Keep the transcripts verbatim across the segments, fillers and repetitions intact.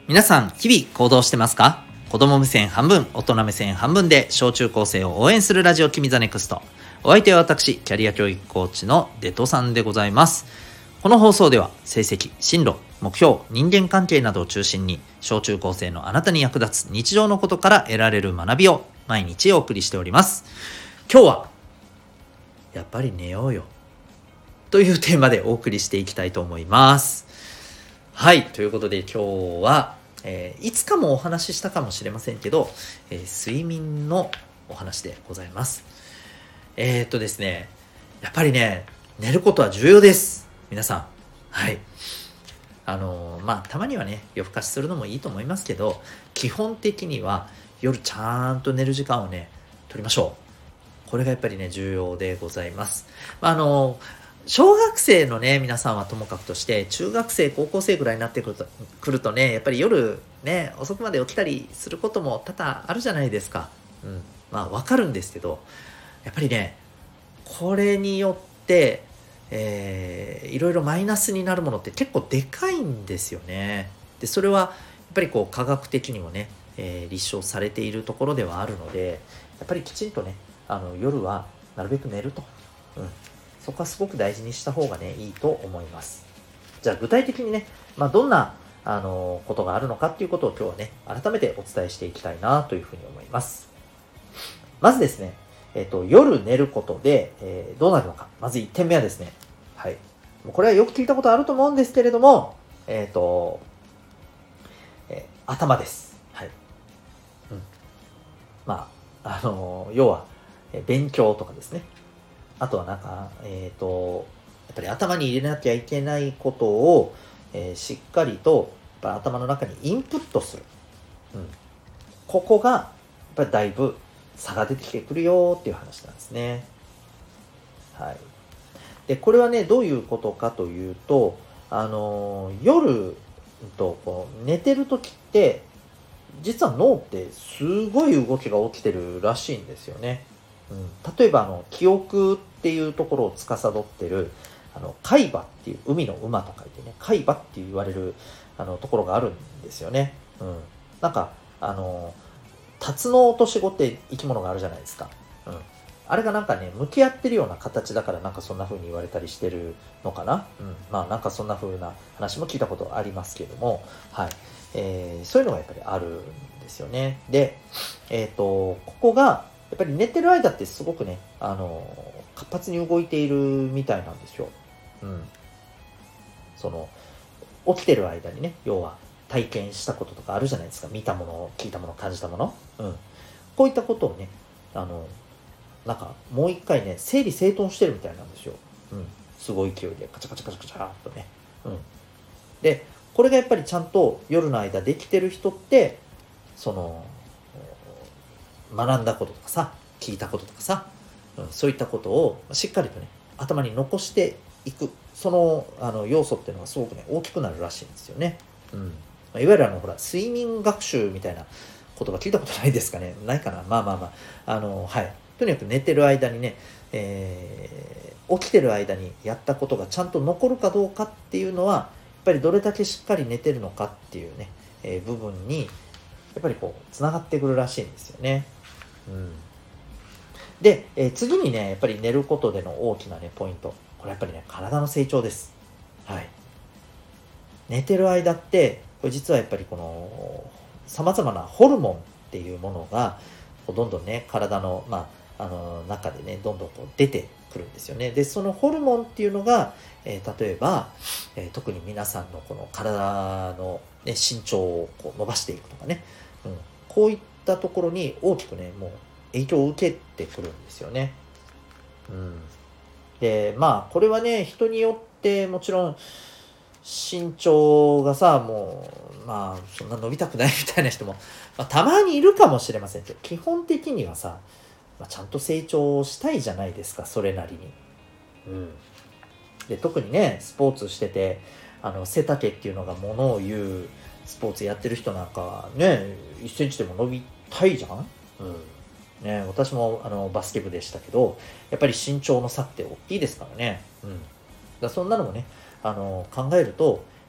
皆さん、日々行動してますか？子供目線半分、大人目線半分で小中高生を応援するラジオ君ザネクスト。お相手は私、キャリア教育コーチのデトさんでございます。この放送では成績、進路、目標、人間関係などを中心に小中高生のあなたに役立つ日常のことから得られる学びを毎日お送りしております。今日はやっぱり寝ようよというテーマでお送りしていきたいと思います。はい、ということで今日は、えー、いつかもお話ししたかもしれませんけど、えー、睡眠のお話でございます。えー、っとですね、やっぱりね、寝ることは重要です。皆さん。はい。あのー、まあ、たまにはね、夜更かしするのもいいと思いますけど、基本的には夜ちゃんと寝る時間をね、取りましょう。これがやっぱりね、重要でございます。あのー小学生のね、皆さんはともかくとして、中学生、高校生ぐらいになってくると、くるとね、やっぱり夜ね、遅くまで起きたりすることも多々あるじゃないですか。うん。まあ、わかるんですけど、やっぱりね、これによって、えー、いろいろマイナスになるものって結構でかいんですよね。で、それは、やっぱりこう、科学的にもね、えー、立証されているところではあるので、やっぱりきちんとね、あの、夜はなるべく寝ると。うん。そこはすごく大事にした方がね、いいと思います。じゃあ具体的にね、まあ、どんな、あのー、ことがあるのかっていうことを今日はね、改めてお伝えしていきたいなというふうに思います。まずですね、えっと、夜寝ることで、えー、どうなるのか。まずいってんめはですね、はい。もうこれはよく聞いたことあると思うんですけれども、えっと、えー、頭です。はい。うん。まあ、あのー、要は、えー、勉強とかですね。あとはなんか、えっと、やっぱり頭に入れなきゃいけないことを、えーしっかりとやっぱ頭の中にインプットする。うん。ここが、やっぱりだいぶ差が出てきてくるよっていう話なんですね。はい。で、これはね、どういうことかというと、あのー夜、うんと、こう寝てる時って、実は脳ってすごい動きが起きてるらしいんですよね。うん、例えばあの記憶っていうところを司ってるあの海馬っていう海の馬と書いてね海馬って言われるあのところがあるんですよね。うん、なんかあのタツノオトシゴって生き物があるじゃないですか。うん、あれがなんかね向き合ってるような形だからなんかそんな風に言われたりしてるのかな。うん、まあなんかそんな風な話も聞いたことありますけれども、はい、えー、そういうのがやっぱりあるんですよね。で、えっとここがやっぱり寝てる間ってすごくね、あの、活発に動いているみたいなんですよ。うん。その、起きてる間にね、要は体験したこととかあるじゃないですか。見たもの、聞いたもの、感じたもの。うん。こういったことをね、あの、なんかもう一回ね、整理整頓してるみたいなんですよ。うん。すごい勢いでカチャカチャカチャカチャーっとね。うん。で、これがやっぱりちゃんと夜の間できてる人って、その、学んだこととかさ、聞いたこととかさ、うん、そういったことをしっかりとね、頭に残していく、その、あの要素っていうのがすごくね、大きくなるらしいんですよね。うん。まあ、いわゆるあの、ほら、睡眠学習みたいな言葉聞いたことないですかね。ないかな。まあまあまあ、あの、はい。とにかく寝てる間にね、えー、起きてる間にやったことがちゃんと残るかどうかっていうのは、やっぱりどれだけしっかり寝てるのかっていうね、えー、部分に、やっぱりこう、つながってくるらしいんですよね。うん、で、えー、次にね、やっぱり寝ることでの大きなね、ポイント。これやっぱりね、体の成長です。はい。寝てる間って、これ実はやっぱりこの、様々なホルモンっていうものが、こうどんどんね、体の、まあ、あの、中でね、どんどんこう出てくるんですよね。で、そのホルモンっていうのが、えー、例えば、えー、特に皆さんのこの体の、ね、身長をこう伸ばしていくとかね、うん、こういったところに大きくね、もう影響を受けてくるんですよね。うん。で、まあ、これはね、人によってもちろん、身長がさ、もう、まあ、そんな伸びたくないみたいな人も、まあ、たまにいるかもしれませんけど、基本的にはさ、まあ、ちゃんと成長したいじゃないですか、それなりに。うん。で、特にね、スポーツしてて、あの、背丈っていうのがものを言うスポーツやってる人なんかはね、いっセンチでも伸びたいじゃん。うん。ね、私もあのバスケ部でしたけど、やっぱり身長の差って大きいですからね。うん。だからそんなのもね、あの考えると、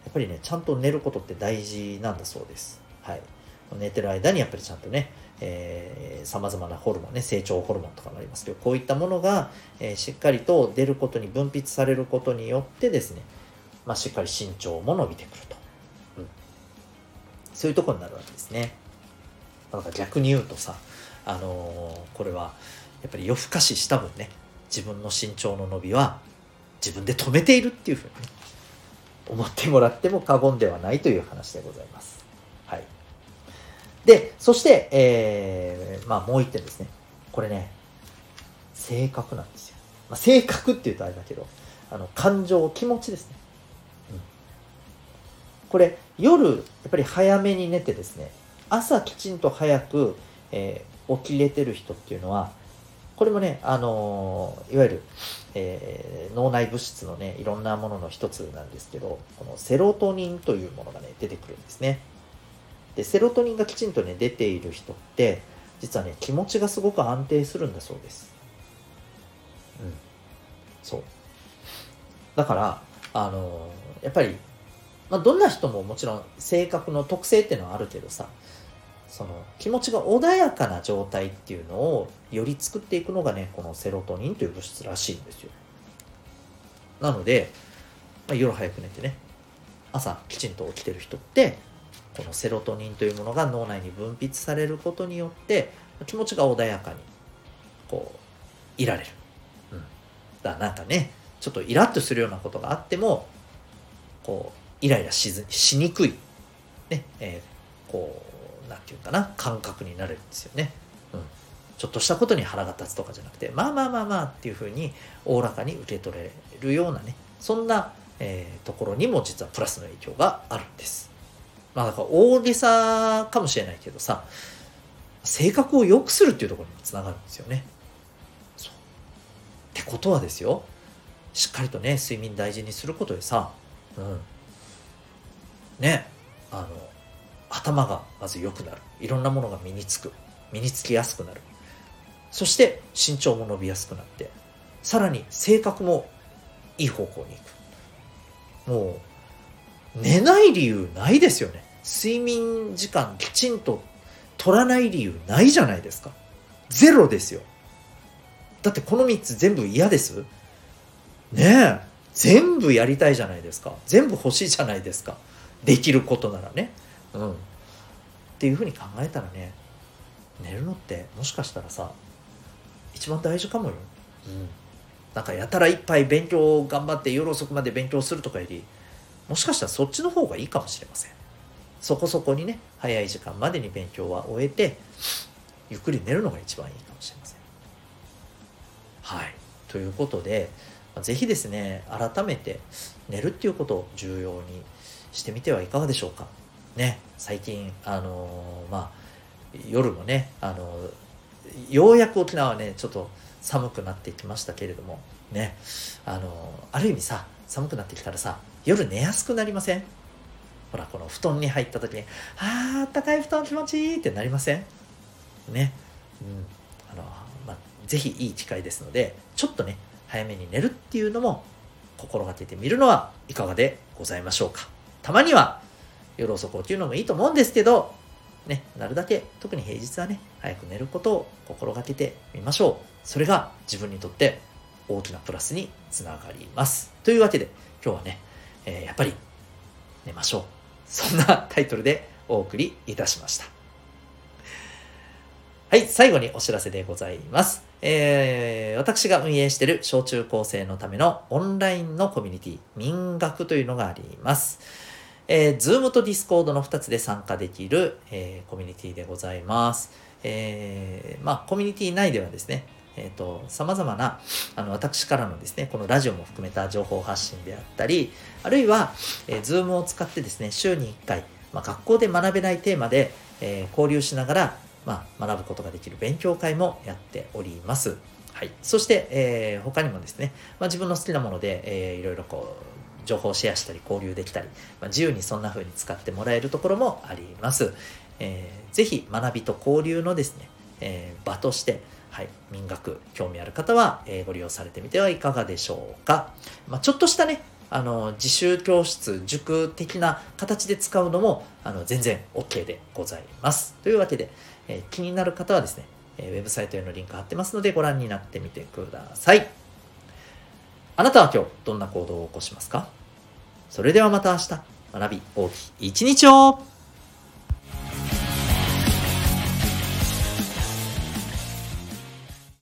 っぱりねちゃんと寝ることって大事なんだそうです。はい、寝てる間にやっぱりちゃんとねさまざまなホルモンね、成長ホルモンとかもありますけど、こういったものが、えー、しっかりと出ることに分泌されることによってですね、まあ、しっかり身長も伸びてくると、うん、そういうところになるわけですね。だから逆に言うとさ、あのー、これはやっぱり夜更かしした分ね、自分の身長の伸びは自分で止めているっていうふうに、ね、思ってもらっても過言ではないという話でございます。はい。で、そして、えー、まあもう一点ですね。これね、性格なんですよ。まあ、性格って言うとあれだけど、あの感情、気持ちですね。うん、これ夜やっぱり早めに寝てですね、朝きちんと早く、えー、起きれてる人っていうのは、これもね、あのー、いわゆる、えー、脳内物質のね、いろんなものの一つなんですけど、このセロトニンというものがね、出てくるんですね。で、セロトニンがきちんとね、出ている人って、実はね、気持ちがすごく安定するんだそうです。うん。そう。だから、あのー、やっぱり、まあ、どんな人ももちろん性格の特性っていうのはあるけどさ、その気持ちが穏やかな状態っていうのをより作っていくのがね、このセロトニンという物質らしいんですよ。なので、まあ、夜早く寝てね、朝きちんと起きてる人って、このセロトニンというものが脳内に分泌されることによって気持ちが穏やかにこういられる。うん。だからなんかね、ちょっとイラッとするようなことがあっても、こうイライラしずしにくいね、えー、こうなんていうかな、感覚になれるんですよね。うん。ちょっとしたことに腹が立つとかじゃなくて、まあまあまあまあっていうふうにおおらかに受け取れるようなね、そんな、えー、ところにも実はプラスの影響があるんです。まあだから大げさかもしれないけどさ、性格を良くするっていうところにもつながるんですよね。そう。ってことはですよ、しっかりとね、睡眠大事にすることでさ、うん。ね、あの、頭がまず良くなる。いろんなものが身につく。身につきやすくなる。そして身長も伸びやすくなって、さらに性格もいい方向に行く。もう、寝ない理由ないですよね。睡眠時間きちんと取らない理由ないじゃないですか。ゼロですよ。だってこのみっつ全部嫌です。ねえ。全部やりたいじゃないですか。全部欲しいじゃないですか。できることならね。うん。っていうふうに考えたらね、寝るのってもしかしたらさ、一番大事かもよ。うん。なんかやたらいっぱい勉強頑張って夜遅くまで勉強するとかより、もしかしたらそっちの方がいいかもしれません。そこそこにね、早い時間までに勉強は終えて、ゆっくり寝るのが一番いいかもしれません。はい。ということで、ぜひですね、改めて寝るっていうことを重要にしてみてはいかがでしょうか。ね、最近、あのー、まあ、夜もね、あのー、ようやく沖縄はね、ちょっと寒くなってきましたけれども、ね、あのー、ある意味さ、寒くなってきたらさ、夜寝やすくなりません？ほら、この布団に入った時に、あー、あったかい布団気持ちいいってなりません？ね。うん。あの、まあ、ぜひいい機会ですので、ちょっとね、早めに寝るっていうのも心がけてみるのはいかがでございましょうか。たまには夜遅く起きるのもいいと思うんですけど、ね、なるだけ、特に平日はね、早く寝ることを心がけてみましょう。それが自分にとって大きなプラスにつながります。というわけで、今日はね、えー、やっぱり寝ましょう。そんなタイトルでお送りいたしました。はい、最後にお知らせでございます。えー、私が運営している小中高生のためのオンラインのコミュニティ、民学というのがあります。えー、Zoom と Discord のふたつで参加できる、えー、コミュニティでございます。えー、まあ、コミュニティ内ではですね、えっと、様々な、あの、私からのですね、このラジオも含めた情報発信であったり、あるいは、えー、Zoom を使ってですね、週にいっかい、まあ、学校で学べないテーマで、えー、交流しながら、まあ、学ぶことができる勉強会もやっております。はい。そして、えー、他にもですね、まあ、自分の好きなもので、えー、いろいろこう、情報をシェアしたり交流できたり、まあ、自由にそんな風に使ってもらえるところもあります。えー、ぜひ学びと交流のですね、えー、場として、はい、民学興味ある方は、えー、ご利用されてみてはいかがでしょうか。まあ、ちょっとしたね、 あの自習教室、塾的な形で使うのもあの全然 OK でございます。というわけで、えー、気になる方はですね、えー、ウェブサイトへのリンク貼ってますのでご覧になってみてください。あなたは今日どんな行動を起こしますか？それではまた明日、学び大きい一日を。